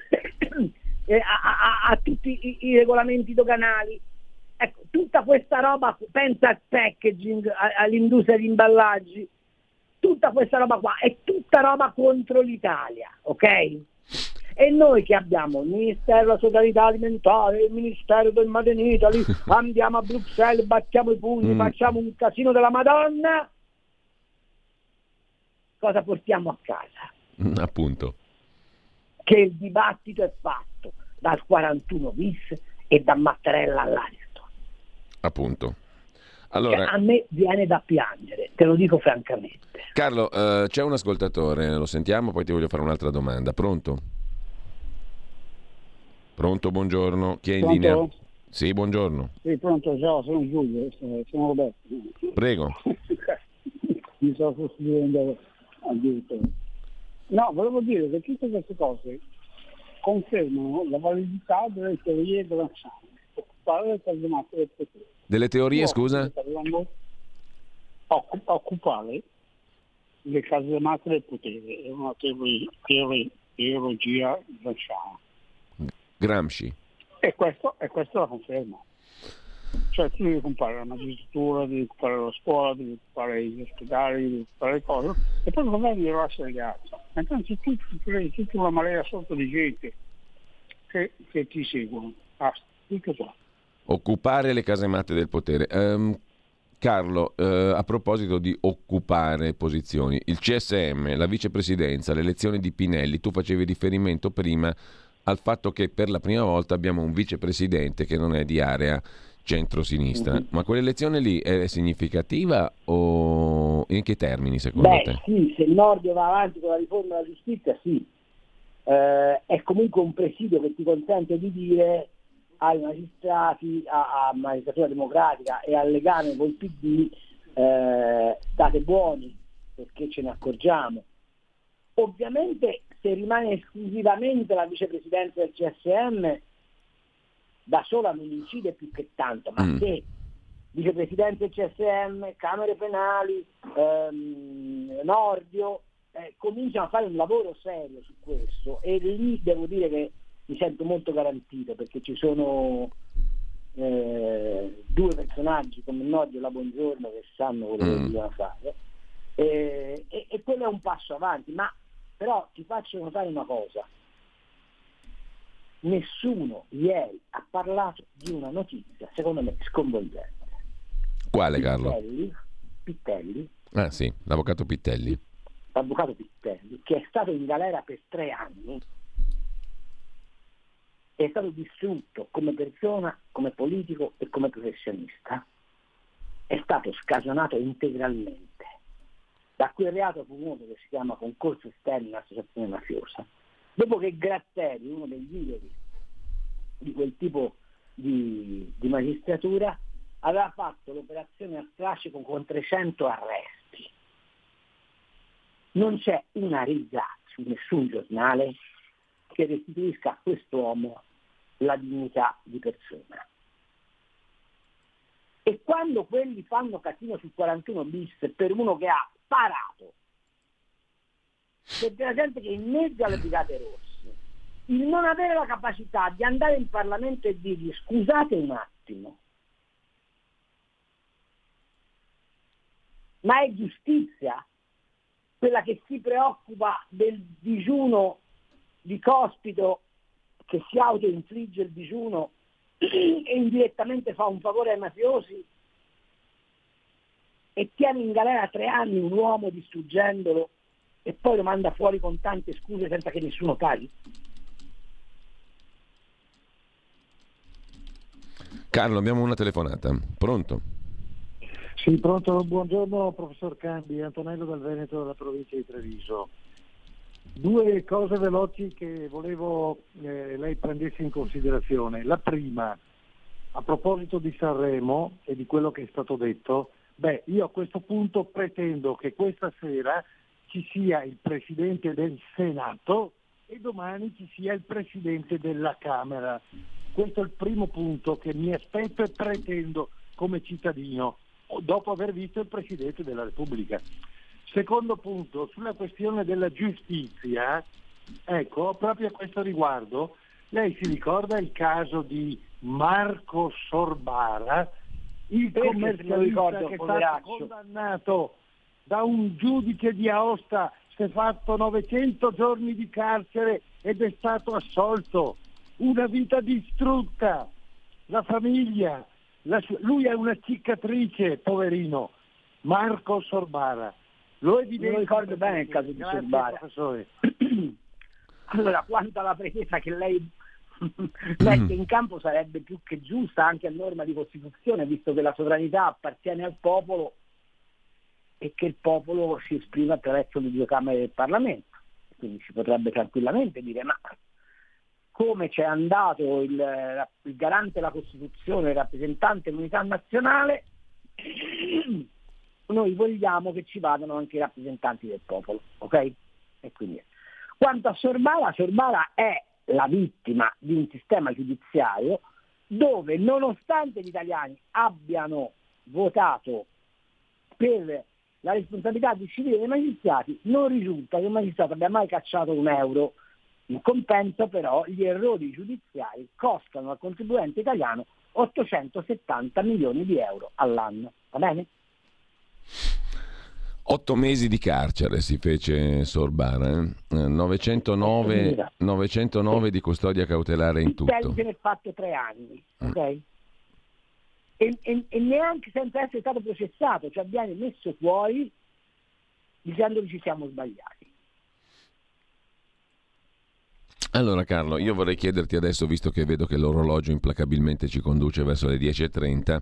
a, a, a tutti i, i regolamenti doganali. Ecco, tutta questa roba, pensa al packaging, a, all'industria di imballaggi. Tutta questa roba qua è tutta roba contro l'Italia, ok? E noi che abbiamo il Ministero della Sovranità Alimentare, il Ministero del Made in Italy, andiamo a Bruxelles, battiamo i pugni, mm. facciamo un casino della Madonna. cosa portiamo a casa? Mm, appunto. Che il dibattito è fatto dal quarantuno bis e da Mattarella all'Ariston. Appunto. Allora, cioè, a me viene da piangere, te lo dico francamente. Carlo, eh, c'è un ascoltatore, lo sentiamo, poi ti voglio fare un'altra domanda. Pronto? Pronto, buongiorno. Chi è in Pronto? linea? Sì, buongiorno. Sì, pronto, ciao, sono Giulio, sono Roberto. Prego. Mi sto sostituendo addirittura. No, volevo dire che tutte queste cose confermano la validità delle teorie gramsciane, occupare le casematte del potere. Delle teorie, scusa? Occupare le casematte del potere è una teoria, teoria, teologia gramsciana. Gramsci. E questo, e questo la conferma. Cioè tu devi occupare la magistratura, devi occupare la scuola, devi occupare gli ospedali, devi occupare le cose, e poi il governo deve lasciare gli altri. Intanto tu crei tutta una marea sotto di gente che, che ti seguono. Basta, tutto qua. Occupare le casematte del potere. Um, Carlo, eh, a proposito di occupare posizioni, il C S M, la vicepresidenza, l'elezione di Pinelli, tu facevi riferimento prima al fatto che per la prima volta abbiamo un vicepresidente che non è di area centro-sinistra. Mm-hmm. Ma quell'elezione lì è significativa o in che termini secondo Beh, te? Sì, se il Nord va avanti con la riforma della giustizia, sì. Eh, è comunque un presidio che ti consente di dire ai magistrati, a, a magistratura democratica e al legame col P D, eh, state buoni perché ce ne accorgiamo. Ovviamente se rimane esclusivamente la vicepresidenza del C S M, da sola non incide più che tanto, ma mm. se vicepresidente del C S M, camere penali, ehm, Nordio, eh, cominciano a fare un lavoro serio su questo, e lì devo dire che mi sento molto garantito, perché ci sono eh, due personaggi come Nordio e la Bongiorno che sanno quello che bisogna fare, e, e, e quello è un passo avanti. Ma però ti faccio notare una cosa: nessuno ieri ha parlato di una notizia secondo me sconvolgente. Quale, Carlo? Pittelli, Pittelli ah sì, l'avvocato Pittelli l'avvocato Pittelli, che è stato in galera per tre anni, è stato distrutto come persona, come politico e come professionista, è stato scagionato integralmente da quel reato comune che si chiama concorso esterno in associazione mafiosa, dopo che Gratteri, uno degli idoli di quel tipo di, di magistratura, aveva fatto l'operazione a strascico con trecento arresti. Non c'è una riga su nessun giornale che restituisca a quest'uomo la dignità di persona. E quando quelli fanno casino sul quarantuno bis per uno che ha sparato, c'è della gente che inneggia le brigate rosse, il non avere la capacità di andare in Parlamento e dirgli scusate un attimo, ma è giustizia quella che si preoccupa del digiuno di Cospito, che si autoinfligge il digiuno e indirettamente fa un favore ai mafiosi, e tiene in galera tre anni un uomo distruggendolo e poi lo manda fuori con tante scuse senza che nessuno paghi? Carlo, abbiamo una telefonata. Pronto? Sì, pronto. Buongiorno professor Cambi, Antonello dal Veneto, della provincia di Treviso. Due cose veloci che volevo eh, lei prendesse in considerazione. La prima, a proposito di Sanremo e di quello che è stato detto, beh, io a questo punto pretendo che questa sera ci sia il Presidente del Senato e domani ci sia il Presidente della Camera. Questo è il primo punto che mi aspetto e pretendo come cittadino, dopo aver visto il Presidente della Repubblica. Secondo punto, sulla questione della giustizia, ecco, proprio a questo riguardo, lei si ricorda il caso di Marco Sorbara, il commercialista che è stato condannato da un giudice di Aosta, si è fatto novecento giorni di carcere ed è stato assolto, una vita distrutta, la famiglia, la, lui è una cicatrice, poverino, Marco Sorbara. Lo ricordo bene il caso di Sorbara. Allora, quanto alla pretesa che lei mette in campo, sarebbe più che giusta anche a norma di Costituzione, visto che la sovranità appartiene al popolo e che il popolo si esprime attraverso le due Camere del Parlamento. Quindi si potrebbe tranquillamente dire: ma come c'è andato il, il garante della Costituzione, il rappresentante dell'unità nazionale, noi vogliamo che ci vadano anche i rappresentanti del popolo, ok? E quindi, quanto a Sorbara, Sorbara è la vittima di un sistema giudiziario dove, nonostante gli italiani abbiano votato per la responsabilità disciplinare dei magistrati, non risulta che il magistrato abbia mai cacciato un euro. In compenso, però, gli errori giudiziari costano al contribuente italiano ottocentosettanta milioni di euro all'anno. Va bene? Otto mesi di carcere si fece Sorbara, eh? novecentonove, novecentonove di custodia cautelare in tutto. Il se ne è fatto tre anni, ok? Mm. E, e, e neanche senza essere stato processato, cioè viene messo fuori dicendo che ci siamo sbagliati. Allora Carlo, io vorrei chiederti adesso, visto che vedo che l'orologio implacabilmente ci conduce verso le dieci e trenta,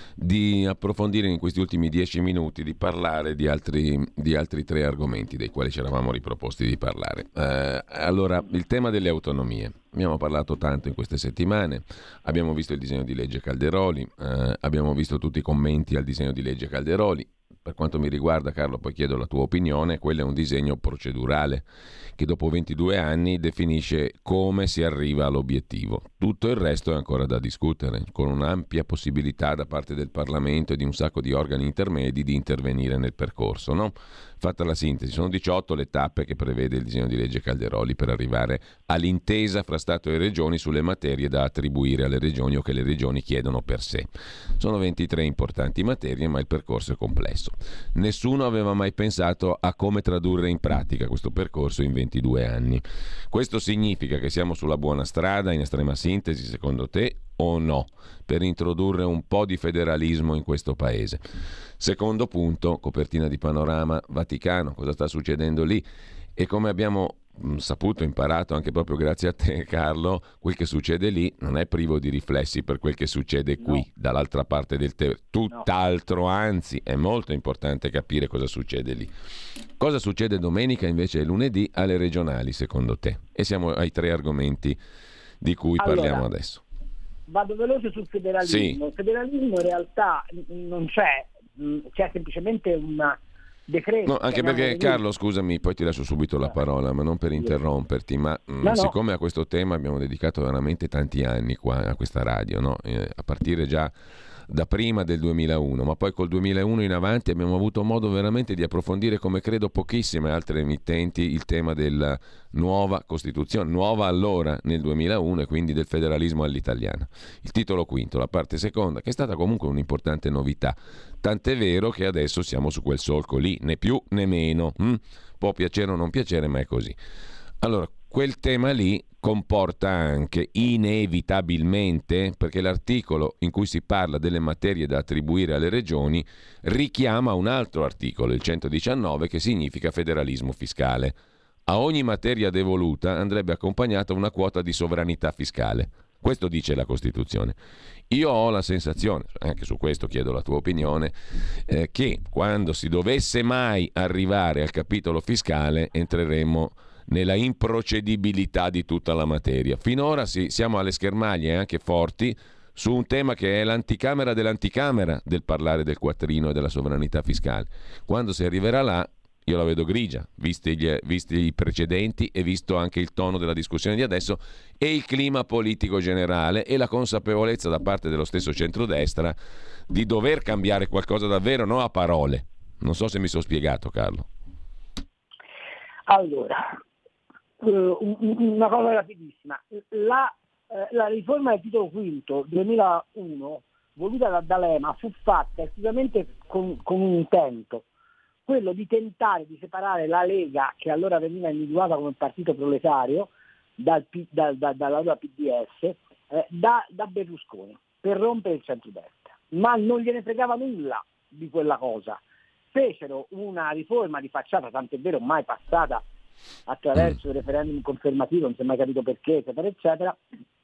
di approfondire in questi ultimi dieci minuti, di parlare di altri, di altri tre argomenti dei quali ci eravamo riproposti di parlare. Eh, allora, il tema delle autonomie. Abbiamo parlato tanto in queste settimane, abbiamo visto il disegno di legge Calderoli, eh, abbiamo visto tutti i commenti al disegno di legge Calderoli. Per quanto mi riguarda, Carlo, poi chiedo la tua opinione, quello è un disegno procedurale che dopo ventidue anni definisce come si arriva all'obiettivo. Tutto il resto è ancora da discutere, con un'ampia possibilità da parte del Parlamento e di un sacco di organi intermedi di intervenire nel percorso, no? Fatta la sintesi, sono diciotto le tappe che prevede il disegno di legge Calderoli per arrivare all'intesa fra Stato e Regioni sulle materie da attribuire alle Regioni o che le Regioni chiedono per sé. Sono ventitré importanti materie, ma il percorso è complesso. Nessuno aveva mai pensato a come tradurre in pratica questo percorso in ventidue anni. Questo significa che siamo sulla buona strada, in estrema sintesi, secondo te, o no, per introdurre un po' di federalismo in questo paese? Secondo punto, copertina di Panorama, Vaticano, cosa sta succedendo lì? E come abbiamo saputo, imparato anche proprio grazie a te, Carlo, quel che succede lì non è privo di riflessi per quel che succede qui, no, dall'altra parte del tè, tutt'altro, no. Anzi, è molto importante capire cosa succede lì. Cosa succede domenica invece e lunedì alle regionali, secondo te? E siamo ai tre argomenti di cui allora, parliamo adesso. Vado veloce sul federalismo. Sì. Il federalismo in realtà non c'è, c'è semplicemente una decreto. No, anche perché Carlo, scusami, poi ti lascio subito la parola, ma non per interromperti, ma no, mh, siccome no. a questo tema abbiamo dedicato veramente tanti anni qua a questa radio, no? eh, a partire già da prima del duemilauno, ma poi col duemilauno in avanti abbiamo avuto modo veramente di approfondire, come credo pochissime altre emittenti, il tema della nuova Costituzione, nuova allora nel duemilauno, e quindi del federalismo all'italiana. Il titolo quinto, la parte seconda, che è stata comunque un'importante novità, tant'è vero che adesso siamo su quel solco lì, né più né meno, hm? Può piacere o non piacere, ma è così. Allora, quel tema lì comporta anche inevitabilmente, perché l'articolo in cui si parla delle materie da attribuire alle regioni richiama un altro articolo, il centodiciannove, che significa federalismo fiscale. A ogni materia devoluta andrebbe accompagnata una quota di sovranità fiscale. Questo dice la Costituzione. Io ho la sensazione, anche su questo chiedo la tua opinione, eh, che quando si dovesse mai arrivare al capitolo fiscale entreremo nella improcedibilità di tutta la materia. Finora sì, siamo alle schermaglie anche forti su un tema che è l'anticamera dell'anticamera del parlare del quattrino e della sovranità fiscale. Quando si arriverà là, io la vedo grigia, visti, gli, visti i precedenti e visto anche il tono della discussione di adesso e il clima politico generale e la consapevolezza da parte dello stesso centrodestra di dover cambiare qualcosa davvero, non a parole. Non so se mi sono spiegato, Carlo. Allora, una cosa rapidissima, la, la riforma del titolo quinto duemilauno voluta da D'Alema fu fatta esclusivamente con, con un intento, quello di tentare di separare la Lega, che allora veniva individuata come partito proletario dal, da, da, dall'allora P D S, eh, da, da Berlusconi, per rompere il centrodestra, ma non gliene fregava nulla di quella cosa. fecero una riforma di facciata, tant'è vero mai passata attraverso il referendum confermativo, non si è mai capito perché, eccetera, eccetera,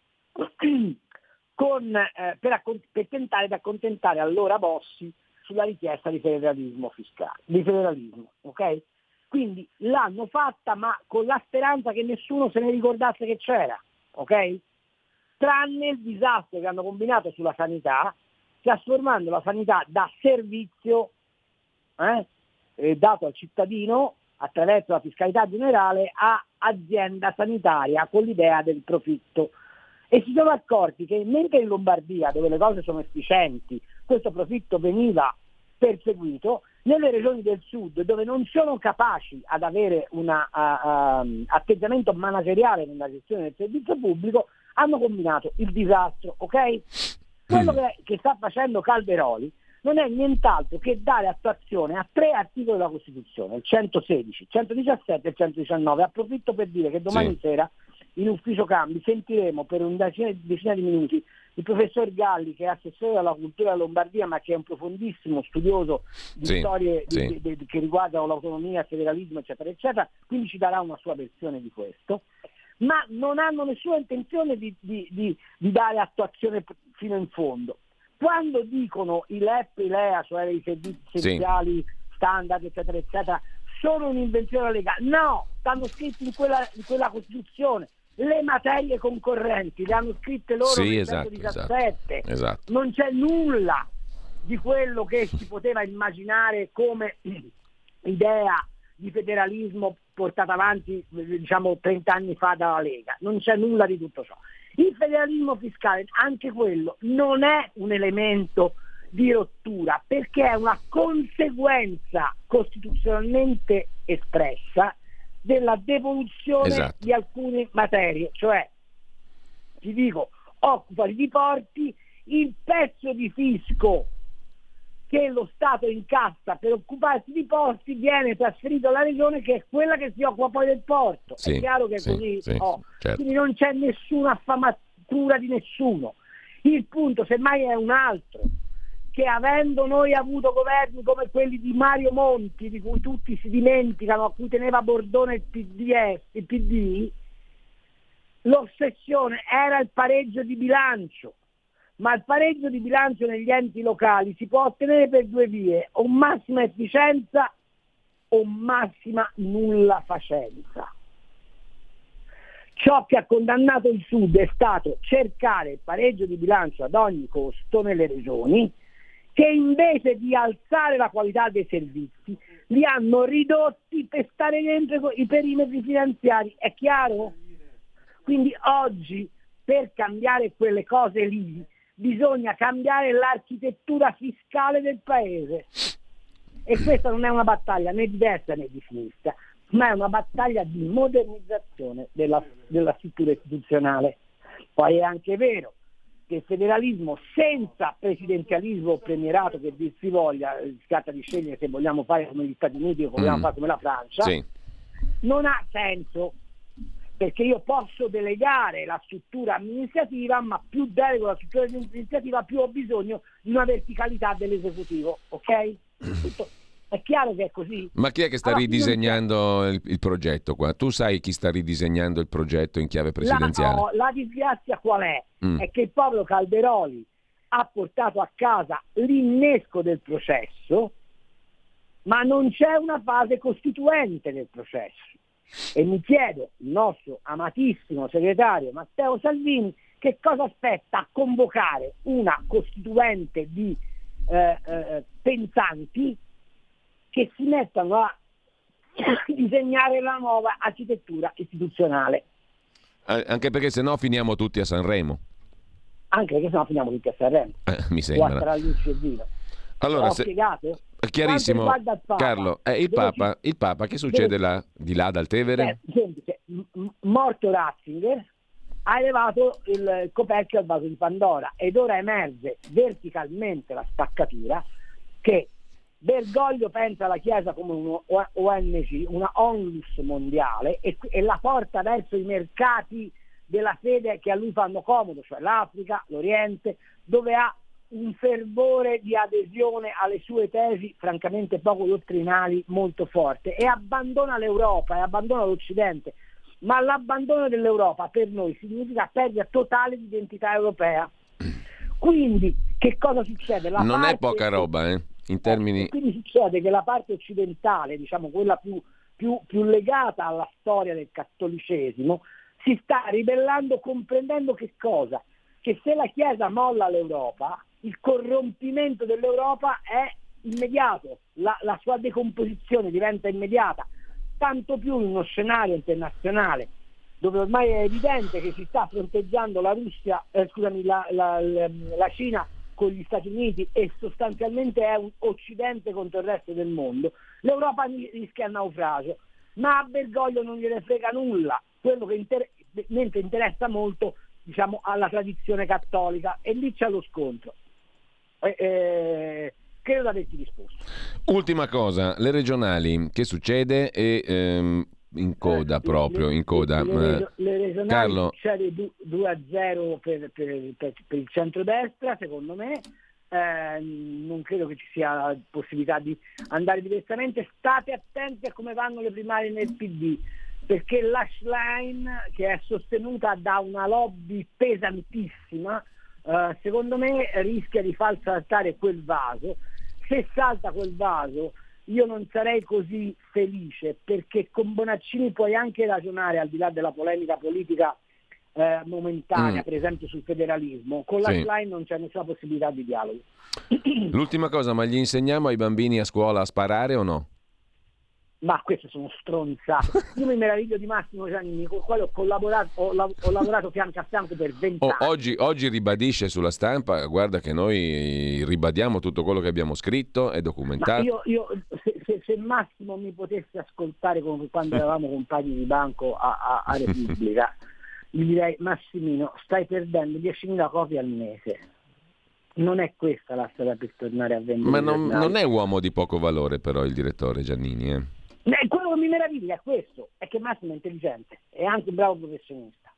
con, eh, per, accont- per tentare di accontentare allora Bossi sulla richiesta di federalismo fiscale, di federalismo, ok? Quindi l'hanno fatta, ma con la speranza che nessuno se ne ricordasse che c'era, ok? Tranne il disastro che hanno combinato sulla sanità, trasformando la sanità da servizio eh, eh, dato al cittadino attraverso la fiscalità generale a azienda sanitaria con l'idea del profitto. E si sono accorti che mentre in Lombardia, dove le cose sono efficienti, questo profitto veniva perseguito, nelle regioni del sud, dove non sono capaci ad avere un uh, uh, atteggiamento manageriale nella gestione del servizio pubblico, hanno combinato il disastro, ok? Quello che, che sta facendo Calderoli non è nient'altro che dare attuazione a tre articoli della Costituzione, il centosedici, il centodiciassette e il centodiciannove. Approfitto per dire che domani sì. sera in ufficio Cambi sentiremo per una decina, decina di minuti il professor Galli, che è assessore alla cultura della Lombardia, ma che è un profondissimo studioso di sì, storie sì. Di, di, di, che riguardano l'autonomia, il federalismo, eccetera, eccetera, quindi ci darà una sua versione di questo. Ma non hanno nessuna intenzione di, di, di, di dare attuazione fino in fondo. Quando dicono i L E P e i L E A, cioè i servizi essenziali, sì. standard, eccetera, eccetera, sono un'invenzione della Lega, no, stanno scritti in quella, in quella Costituzione. Le materie concorrenti le hanno scritte loro sì, nel esatto, centodiciassette, esatto, esatto. Non c'è nulla di quello che si poteva immaginare come idea di federalismo portata avanti, diciamo, trenta anni fa dalla Lega. Non c'è nulla di tutto ciò. Il federalismo fiscale, anche quello, non è un elemento di rottura, perché è una conseguenza costituzionalmente espressa della devoluzione esatto. di alcune materie, cioè, ti dico, occupati di porti, il pezzo di fisco che lo Stato incassa per occuparsi di porti viene trasferito alla regione, che è quella che si occupa poi del porto. Sì, è chiaro che è sì, così? Sì, oh. certo. Quindi non c'è nessuna affamatura di nessuno. Il punto semmai è un altro, che avendo noi avuto governi come quelli di Mario Monti, di cui tutti si dimenticano, a cui teneva Bordone il P D S, il P D, l'ossessione era il pareggio di bilancio. Ma il pareggio di bilancio negli enti locali si può ottenere per due vie, o massima efficienza o massima nulla facenza. Ciò che ha condannato il Sud è stato cercare il pareggio di bilancio ad ogni costo nelle regioni, che invece di alzare la qualità dei servizi li hanno ridotti per stare dentro i perimetri finanziari. È chiaro? Quindi oggi, per cambiare quelle cose lì, bisogna cambiare l'architettura fiscale del paese, e questa non è una battaglia né di destra né di sinistra, ma è una battaglia di modernizzazione della, della struttura istituzionale. Poi è anche vero che il federalismo senza presidenzialismo o premierato, che dir si voglia, si tratta di scegliere se vogliamo fare come gli Stati Uniti o vogliamo mm. fare come la Francia, sì. non ha senso, perché io posso delegare la struttura amministrativa, ma più delego la struttura amministrativa più ho bisogno di una verticalità dell'esecutivo, ok? Tutto. È chiaro che è così. Ma chi è che sta allora, ridisegnando il, il progetto qua? Tu sai chi sta ridisegnando il progetto in chiave presidenziale? La, no, la disgrazia qual è? Mm. È che il povero Calderoli ha portato a casa l'innesco del processo, ma non c'è una fase costituente del processo. E mi chiedo, il nostro amatissimo segretario Matteo Salvini, che cosa aspetta a convocare una costituente di eh, eh, pensanti che si mettano a disegnare la nuova architettura istituzionale. Anche perché sennò finiamo tutti a Sanremo. Anche perché sennò finiamo tutti a Sanremo. Eh, mi sembra. Allora, Ho se... spiegato? Chiarissimo, Papa, Carlo, eh, il, Papa, il Papa che succede là, di là dal Tevere? Eh, semplice, m- morto Ratzinger ha elevato il coperchio al vaso di Pandora, ed ora emerge verticalmente la spaccatura che Bergoglio pensa alla Chiesa come un O N G, una onlus mondiale, e, e la porta verso i mercati della fede che a lui fanno comodo, cioè l'Africa, l'Oriente, dove ha un fervore di adesione alle sue tesi francamente poco dottrinali molto forte e abbandona l'Europa e abbandona l'Occidente, ma l'abbandono dell'Europa per noi significa perdita totale di identità europea. Quindi che cosa succede? La non parte... è poca roba, eh, in termini... Eh, quindi succede che la parte occidentale, diciamo quella più, più, più legata alla storia del cattolicesimo, si sta ribellando comprendendo che cosa? Che se la Chiesa molla l'Europa, il corrompimento dell'Europa è immediato, la, la sua decomposizione diventa immediata, tanto più in uno scenario internazionale dove ormai è evidente che si sta fronteggiando la Russia, eh, scusami, la, la, la Cina con gli Stati Uniti e sostanzialmente è un Occidente contro il resto del mondo. L'Europa rischia il naufragio, ma a Bergoglio non gliene frega nulla, quello che inter- mentre interessa molto, diciamo, alla tradizione cattolica, e lì c'è lo scontro. Eh, eh, credo di averti risposto. Ultima cosa, le regionali, che succede? E ehm, in coda eh, proprio, le, in coda. Le, le regionali Carlo... succede due a zero per, per, per, per il centrodestra, secondo me. Eh, non credo che ci sia possibilità di andare diversamente. State attenti a come vanno le primarie nel P D, perché la Schlein, che è sostenuta da una lobby pesantissima, eh, secondo me rischia di far saltare quel vaso. Se salta quel vaso io non sarei così felice, perché con Bonaccini puoi anche ragionare, al di là della polemica politica eh, momentanea, mm. per esempio sul federalismo. Con la sì. Schlein non c'è nessuna possibilità di dialogo. L'ultima cosa, ma gli insegniamo ai bambini a scuola a sparare o no? Ma queste sono stronzate. Io mi meraviglio di Massimo Giannini, con il quale ho collaborato, ho, ho lavorato fianco a fianco per vent'anni. Oh, oggi, oggi ribadisce sulla stampa, guarda che noi ribadiamo tutto quello che abbiamo scritto, è documentato. Ma io, io se, se, se Massimo mi potesse ascoltare come quando eravamo compagni di banco a, a, a Repubblica, gli direi: Massimino, stai perdendo diecimila copie al mese. Non è questa la strada per tornare a vendere. Ma non, non è uomo di poco valore però il direttore Giannini, eh? Beh, quello che mi meraviglia è questo, è che Massimo è intelligente, è anche un bravo professionista.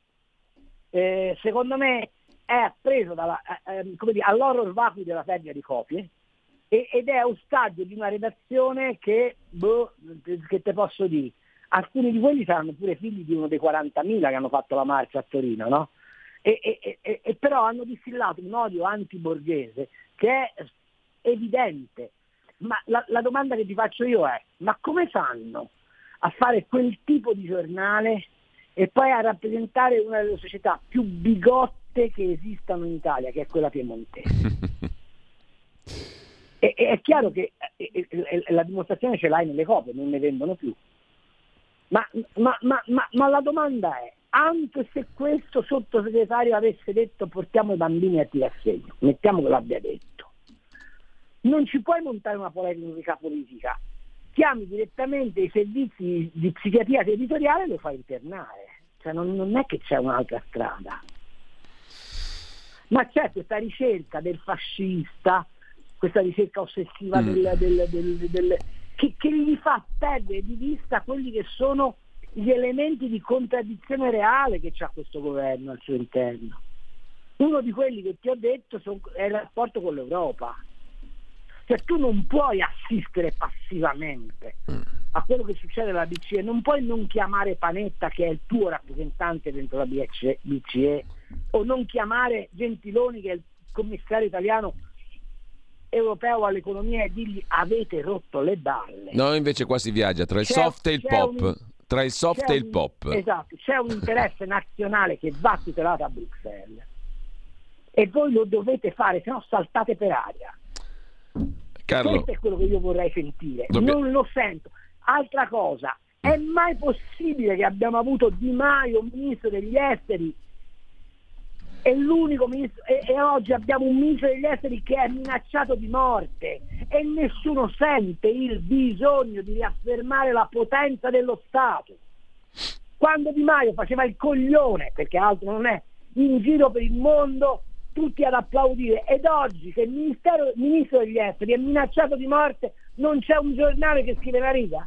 Eh, secondo me è preso dalla, eh, come dire, all'horror vacui della perdita di copie e, ed è ostaggio di una redazione che, boh, che te posso dire, alcuni di quelli saranno pure figli di uno dei quarantamila che hanno fatto la marcia a Torino, no? E, e, e, e però hanno distillato un odio antiborghese che è evidente. Ma la, la domanda che ti faccio io è: ma come fanno a fare quel tipo di giornale e poi a rappresentare una delle società più bigotte che esistano in Italia, che è quella piemontese? e, e è chiaro che e, e, la dimostrazione ce l'hai nelle copie, non ne vendono più. Ma, ma, ma, ma, ma la domanda è: anche se questo sottosegretario avesse detto portiamo i bambini a tirare assegno, mettiamo che l'abbia detto, non ci puoi montare una polemica politica, chiami direttamente i servizi di psichiatria territoriale e lo fai internare. Cioè non, non è che c'è un'altra strada, ma c'è questa ricerca del fascista, questa ricerca ossessiva mm. del, del, del, del, che, che gli fa perdere di vista quelli che sono gli elementi di contraddizione reale che c'ha questo governo al suo interno. Uno di quelli che ti ho detto son, è il rapporto con l'Europa. Cioè tu non puoi assistere passivamente a quello che succede alla B C E, non puoi non chiamare Panetta, che è il tuo rappresentante dentro la B C E, o non chiamare Gentiloni, che è il commissario italiano europeo all'economia, e dirgli: avete rotto le balle. No, invece qua si viaggia tra il c'è, soft e il pop, un, tra il soft e il un, pop. Esatto, c'è un interesse nazionale che va tutelato a Bruxelles e voi lo dovete fare, se no saltate per aria. Carlo, questo è quello che io vorrei sentire. Dobbia... non lo sento. Altra cosa, è mai possibile che abbiamo avuto Di Maio ministro degli esteri e l'unico ministro e, e oggi abbiamo un ministro degli esteri che è minacciato di morte e nessuno sente il bisogno di riaffermare la potenza dello Stato? Quando Di Maio faceva il coglione, perché altro non è, in giro per il mondo, tutti ad applaudire, ed oggi che il ministero, il ministro degli esteri è minacciato di morte non c'è un giornale che scrive una riga?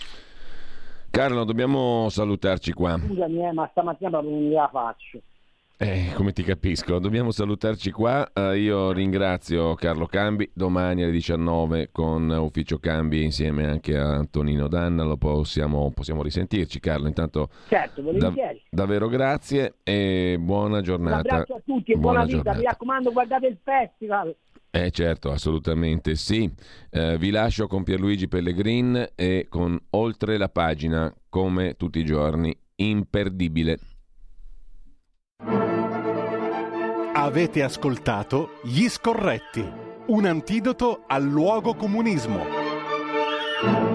Carlo, dobbiamo salutarci qua. Scusami, eh, ma stamattina proprio non gliela faccio. Eh, come ti capisco, dobbiamo salutarci qua. Uh, io ringrazio Carlo Cambi. Domani alle diciannove con Ufficio Cambi insieme anche a Antonino Danna. Lo possiamo, possiamo risentirci, Carlo. Intanto, certo, volentieri. Da, davvero grazie e buona giornata. Un abbraccio a tutti e buona, buona vita. Giornata. Mi raccomando, guardate il festival. Eh certo, assolutamente sì. Eh, vi lascio con Pierluigi Pellegrin e con Oltre la pagina, come tutti i giorni, imperdibile. Avete ascoltato Gli Scorretti, un antidoto al luogo comunismo.